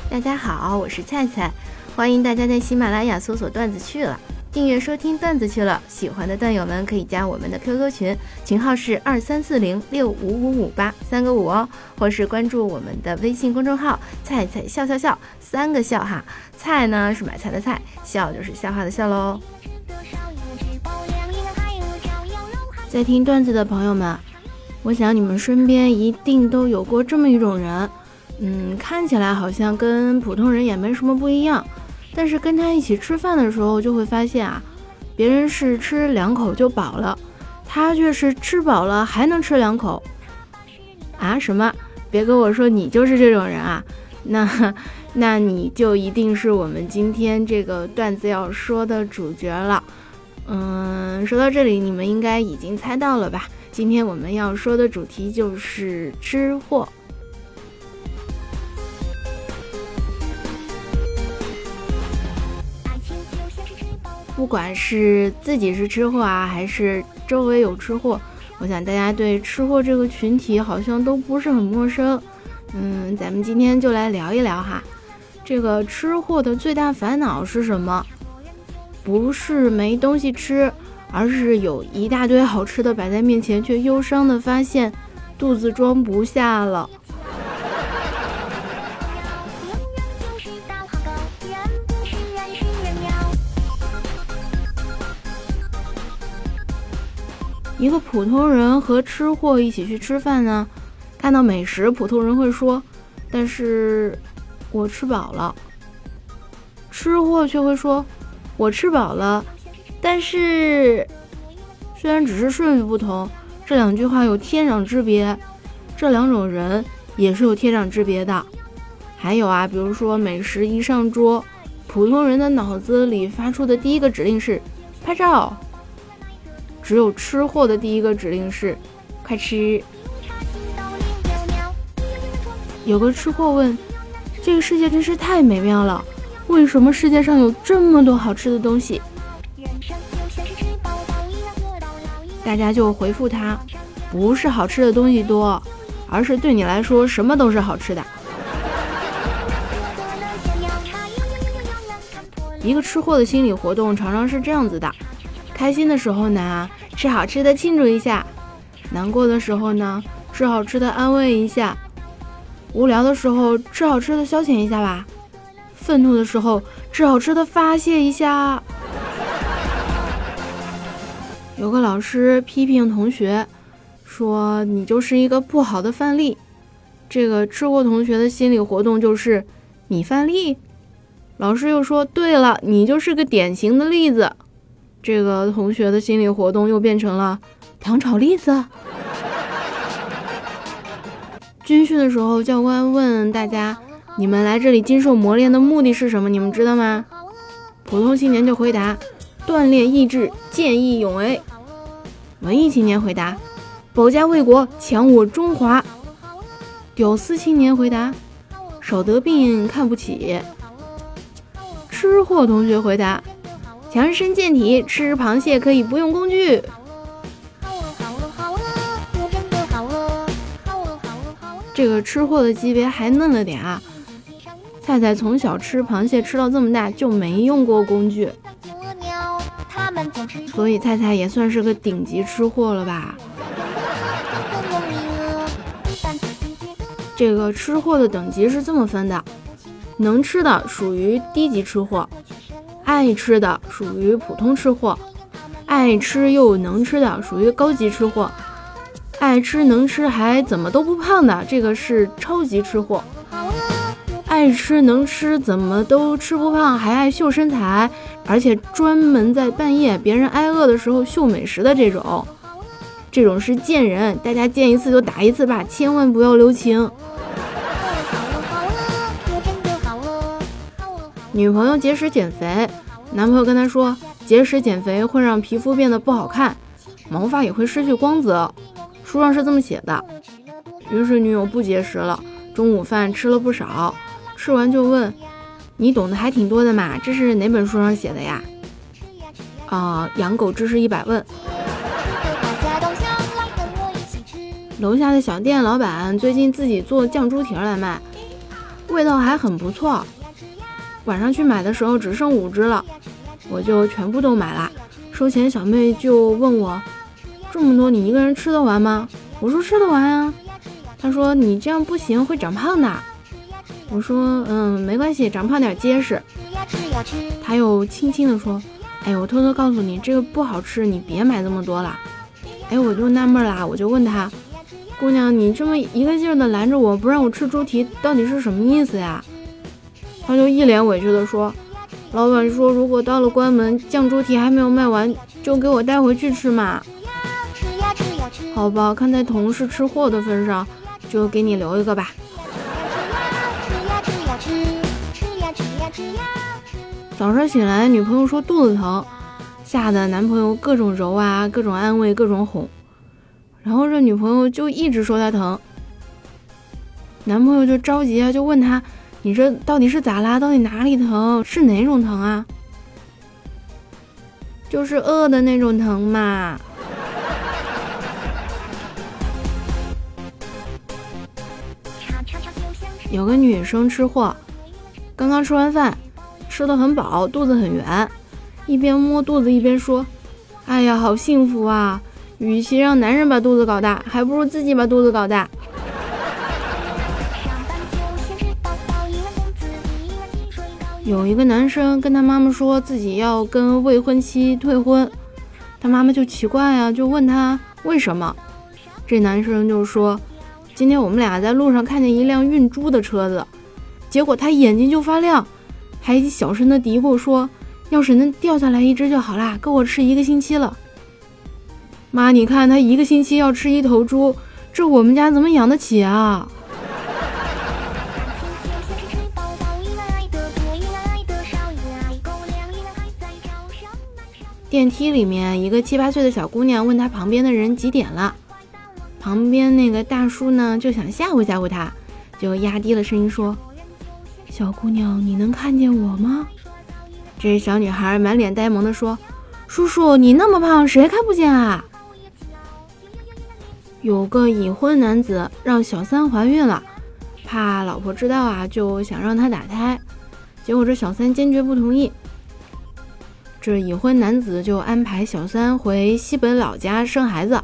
大家好，我是菜菜，欢迎大家在喜马拉雅搜索段子去了，订阅收听段子去了。喜欢的段友们可以加我们的 QQ 群，群号是2340655558，三个5哦，或是关注我们的微信公众号菜菜笑笑笑，三个笑哈，菜呢是买菜的菜，笑就是笑话的笑喽。在听段子的朋友们，我想你们身边一定都有过这么一种人，看起来好像跟普通人也没什么不一样，但是跟他一起吃饭的时候就会发现啊，别人是吃2口就饱了，他却是吃饱了还能吃2口啊？什么？别跟我说你就是这种人啊，那你就一定是我们今天这个段子要说的主角了。说到这里你们应该已经猜到了吧，今天我们要说的主题就是吃货。不管是自己是吃货啊，还是周围有吃货，我想大家对吃货这个群体好像都不是很陌生。咱们今天就来聊一聊哈，这个吃货的最大烦恼是什么？不是没东西吃，而是有一大堆好吃的摆在面前，却忧伤的发现肚子装不下了。一个普通人和吃货一起去吃饭呢，看到美食，普通人会说，但是我吃饱了。吃货却会说，我吃饱了，但是虽然只是顺序不同，这两句话有天壤之别，这两种人也是有天壤之别的。还有啊，比如说美食一上桌，普通人的脑子里发出的第一个指令是拍照，只有吃货的第一个指令是快吃。有个吃货问，这个世界真是太美妙了，为什么世界上有这么多好吃的东西？大家就回复他，不是好吃的东西多，而是对你来说什么都是好吃的。一个吃货的心理活动常常是这样子的，开心的时候呢，吃好吃的庆祝一下，难过的时候呢，吃好吃的安慰一下，无聊的时候吃好吃的消遣一下吧，愤怒的时候吃好吃的发泄一下。有个老师批评同学说，你就是一个不好的范例。这个吃货同学的心理活动就是你范例。老师又说，对了，你就是个典型的例子。这个同学的心理活动又变成了糖炒栗子。军训的时候，教官问大家，你们来这里经受磨练的目的是什么？你们知道吗？普通青年就回答，锻炼意志，见义勇为。文艺青年回答，保家卫国，强我中华。屌丝青年回答，少得病，看不起。吃货同学回答，强身健体，吃螃蟹可以不用工具。这个吃货的级别还嫩了点啊，菜菜从小吃螃蟹吃到这么大就没用过工具，所以菜菜也算是个顶级吃货了吧。这个吃货的等级是这么分的，能吃的属于低级吃货，爱吃的属于普通吃货，爱吃又能吃的属于高级吃货，爱吃能吃还怎么都不胖的，这个是超级吃货。爱吃能吃怎么都吃不胖还爱秀身材，而且专门在半夜别人挨饿的时候秀美食的这种是贱人，大家见一次就打一次吧，千万不要留情。女朋友节食减肥，男朋友跟她说，节食减肥会让皮肤变得不好看，毛发也会失去光泽，书上是这么写的。于是女友不节食了，中午饭吃了不少，吃完就问，你懂得还挺多的嘛，这是哪本书上写的呀？养狗知识100问。楼下的小店老板最近自己做酱猪蹄来卖， 味道还很不错。晚上去买的时候只剩5只了，我就全部都买了。收钱小妹就问我，这么多你一个人吃得完吗？我说吃得完啊。她说你这样不行，会长胖的。我说没关系，长胖点结实。她又轻轻地说，哎，我偷偷告诉你，这个不好吃，你别买这么多了。哎，我就纳闷啦，我就问她，姑娘，你这么一个劲儿的拦着我不让我吃猪蹄，到底是什么意思呀？她就一脸委屈地说，老板说如果到了关门酱猪蹄还没有卖完，就给我带回去吃嘛。好吧，看在同是吃货的份上，就给你留一个吧。早上醒来，女朋友说肚子疼，吓得男朋友各种揉啊，各种安慰，各种哄，然后这女朋友就一直说她疼，男朋友就着急啊，就问她，你这到底是咋啦？到底哪里疼？是哪种疼啊？就是饿的那种疼嘛。有个女生吃货，刚刚吃完饭，吃得很饱，肚子很圆，一边摸肚子一边说，哎呀，好幸福啊，与其让男人把肚子搞大，还不如自己把肚子搞大。有一个男生跟他妈妈说自己要跟未婚妻退婚，他妈妈就奇怪啊，就问他为什么。这男生就说，今天我们俩在路上看见一辆运猪的车子，结果他眼睛就发亮，还小声的嘀咕说，要是能掉下来一只就好啦，够我吃1个星期了。妈，你看他1个星期要吃1头猪，这我们家怎么养得起啊？电梯里面，一个7、8岁的小姑娘问她旁边的人几点了，旁边那个大叔呢就想吓唬吓唬她，就压低了声音说，小姑娘，你能看见我吗？这小女孩满脸呆萌地说，叔叔，你那么胖，谁看不见啊？有个已婚男子让小三怀孕了，怕老婆知道啊，就想让她打胎，结果这小三坚决不同意。这已婚男子就安排小三回西北老家生孩子。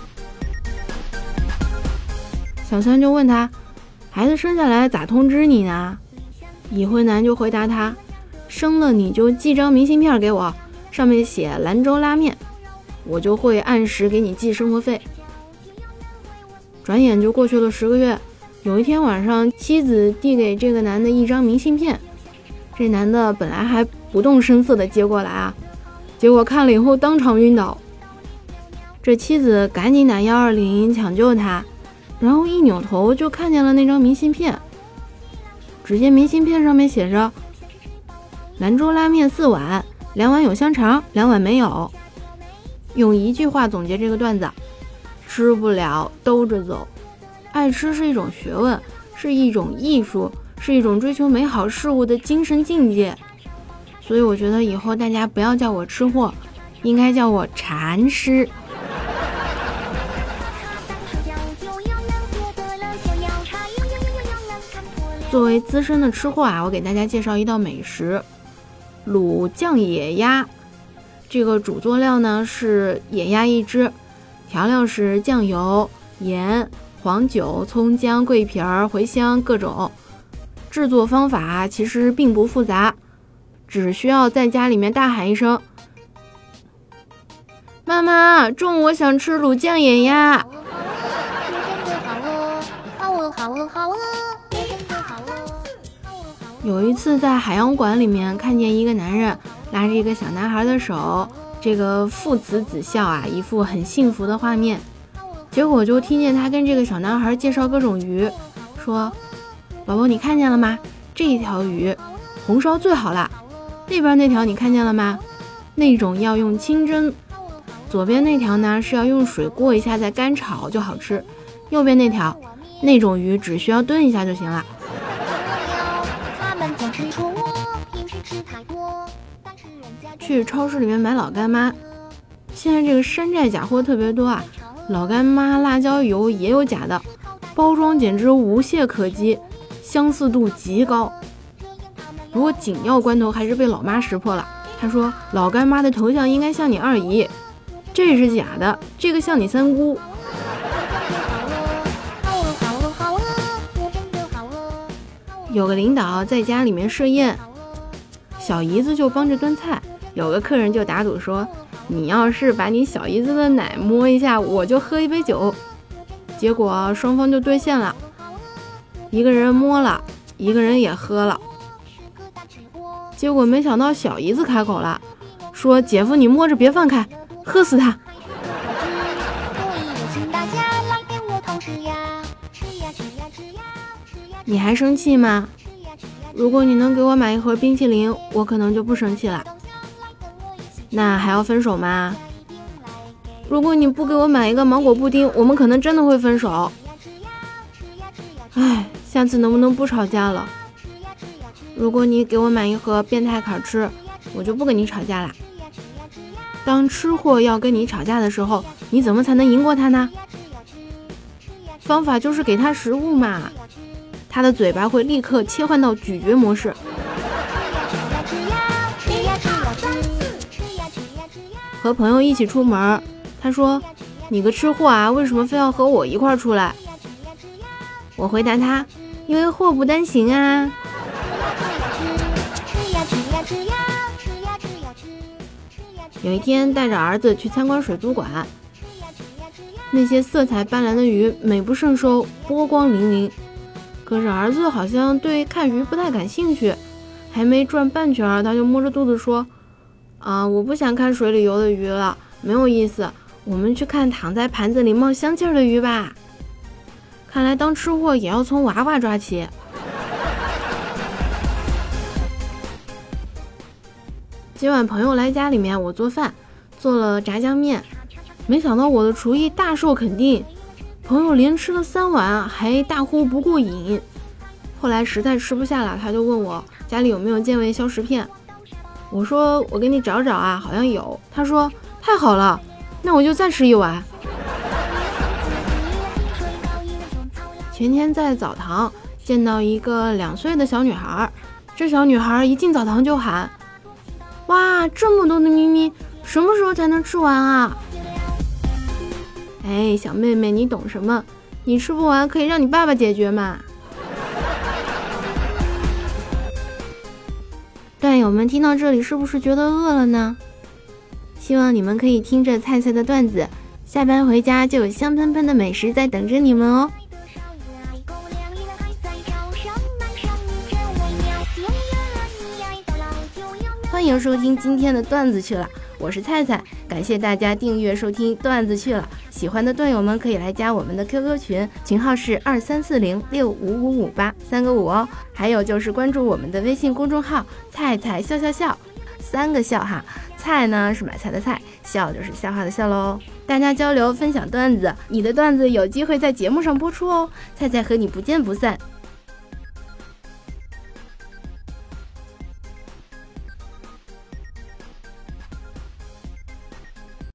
小三就问他，孩子生下来咋通知你呢？已婚男就回答他，生了你就寄张明信片给我，上面写兰州拉面，我就会按时给你寄生活费。转眼就过去了10个月，有一天晚上，妻子递给这个男的一张明信片，这男的本来还不动声色地接过来啊，结果看了以后当场晕倒。这妻子赶紧打120抢救他，然后一扭头就看见了那张明信片。只见明信片上面写着，兰州拉面4碗，2碗有香肠，2碗没有。用一句话总结这个段子，吃不了兜着走。爱吃是一种学问，是一种艺术，是一种追求美好事物的精神境界。所以我觉得以后大家不要叫我吃货，应该叫我禅师。作为资深的吃货啊，我给大家介绍一道美食，卤酱野鸭。这个主作料呢是野鸭1只，调料是酱油、盐、黄酒、葱姜、桂皮儿、茴香各种。制作方法其实并不复杂，只需要在家里面大喊一声，妈妈，中午我想吃卤酱野鸭。有一次在海洋馆里面看见一个男人拉着一个小男孩的手，这个父慈子孝啊，一副很幸福的画面。结果就听见他跟这个小男孩介绍各种鱼，说，宝宝你看见了吗？这一条鱼红烧最好了，那边那条你看见了吗？那种要用清蒸，左边那条呢是要用水过一下再干炒就好吃，右边那条那种鱼只需要炖一下就行了。去超市里面买老干妈，现在这个山寨假货特别多啊，老干妈、辣椒油也有假的，包装简直无懈可击， 相似度极高。不过紧要关头还是被老妈识破了，她说老干妈的头像应该像你二姨，这是假的，这个像你三姑。有个领导在家里面设宴，小姨子就帮着端菜，有个客人就打赌说，你要是把你小姨子的奶摸一下，我就喝一杯酒。结果双方就兑现了，一个人摸了，一个人也喝了。结果没想到小姨子开口了，说姐夫你摸着别放开，喝死他。你还生气吗？如果你能给我买一盒冰淇淋，我可能就不生气了。那还要分手吗？如果你不给我买一个芒果布丁，我们可能真的会分手。唉，下次能不能不吵架了？如果你给我买一盒变态卡吃，我就不跟你吵架了。当吃货要跟你吵架的时候，你怎么才能赢过他呢？方法就是给他食物嘛，他的嘴巴会立刻切换到咀嚼模式。和朋友一起出门，他说你个吃货啊，为什么非要和我一块出来？我回答他，因为祸不单行啊。有一天带着儿子去参观水族馆，那些色彩斑斓的鱼美不胜收，波光粼粼。可是儿子好像对看鱼不太感兴趣，还没转半圈他就摸着肚子说，我不想看水里游的鱼了，没有意思，我们去看躺在盘子里冒香气的鱼吧。看来当吃货也要从娃娃抓起。今晚朋友来家里面，我做饭，做了炸酱面，没想到我的厨艺大受肯定，朋友连吃了3碗，还大呼不过瘾。后来实在吃不下了，他就问我家里有没有健胃消食片。我说我给你找找啊，好像有。他说太好了，那我就再吃1碗。前天在澡堂见到一个2岁的小女孩，这小女孩一进澡堂就喊，哇，这么多的咪咪，什么时候才能吃完啊？哎，小妹妹，你懂什么？你吃不完可以让你爸爸解决嘛。段友们听到这里是不是觉得饿了呢？希望你们可以听着菜菜的段子，下班回家就有香喷喷的美食在等着你们哦。欢迎收听今天的段子去了，我是菜菜，感谢大家订阅收听段子去了。喜欢的段友们可以来加我们的 QQ 群，群号是2340655558，3个5哦。还有就是关注我们的微信公众号菜菜笑笑笑，3个笑哈，菜呢是买菜的菜，笑就是笑话的笑喽。大家交流分享段子，你的段子有机会在节目上播出哦。菜菜和你不见不散。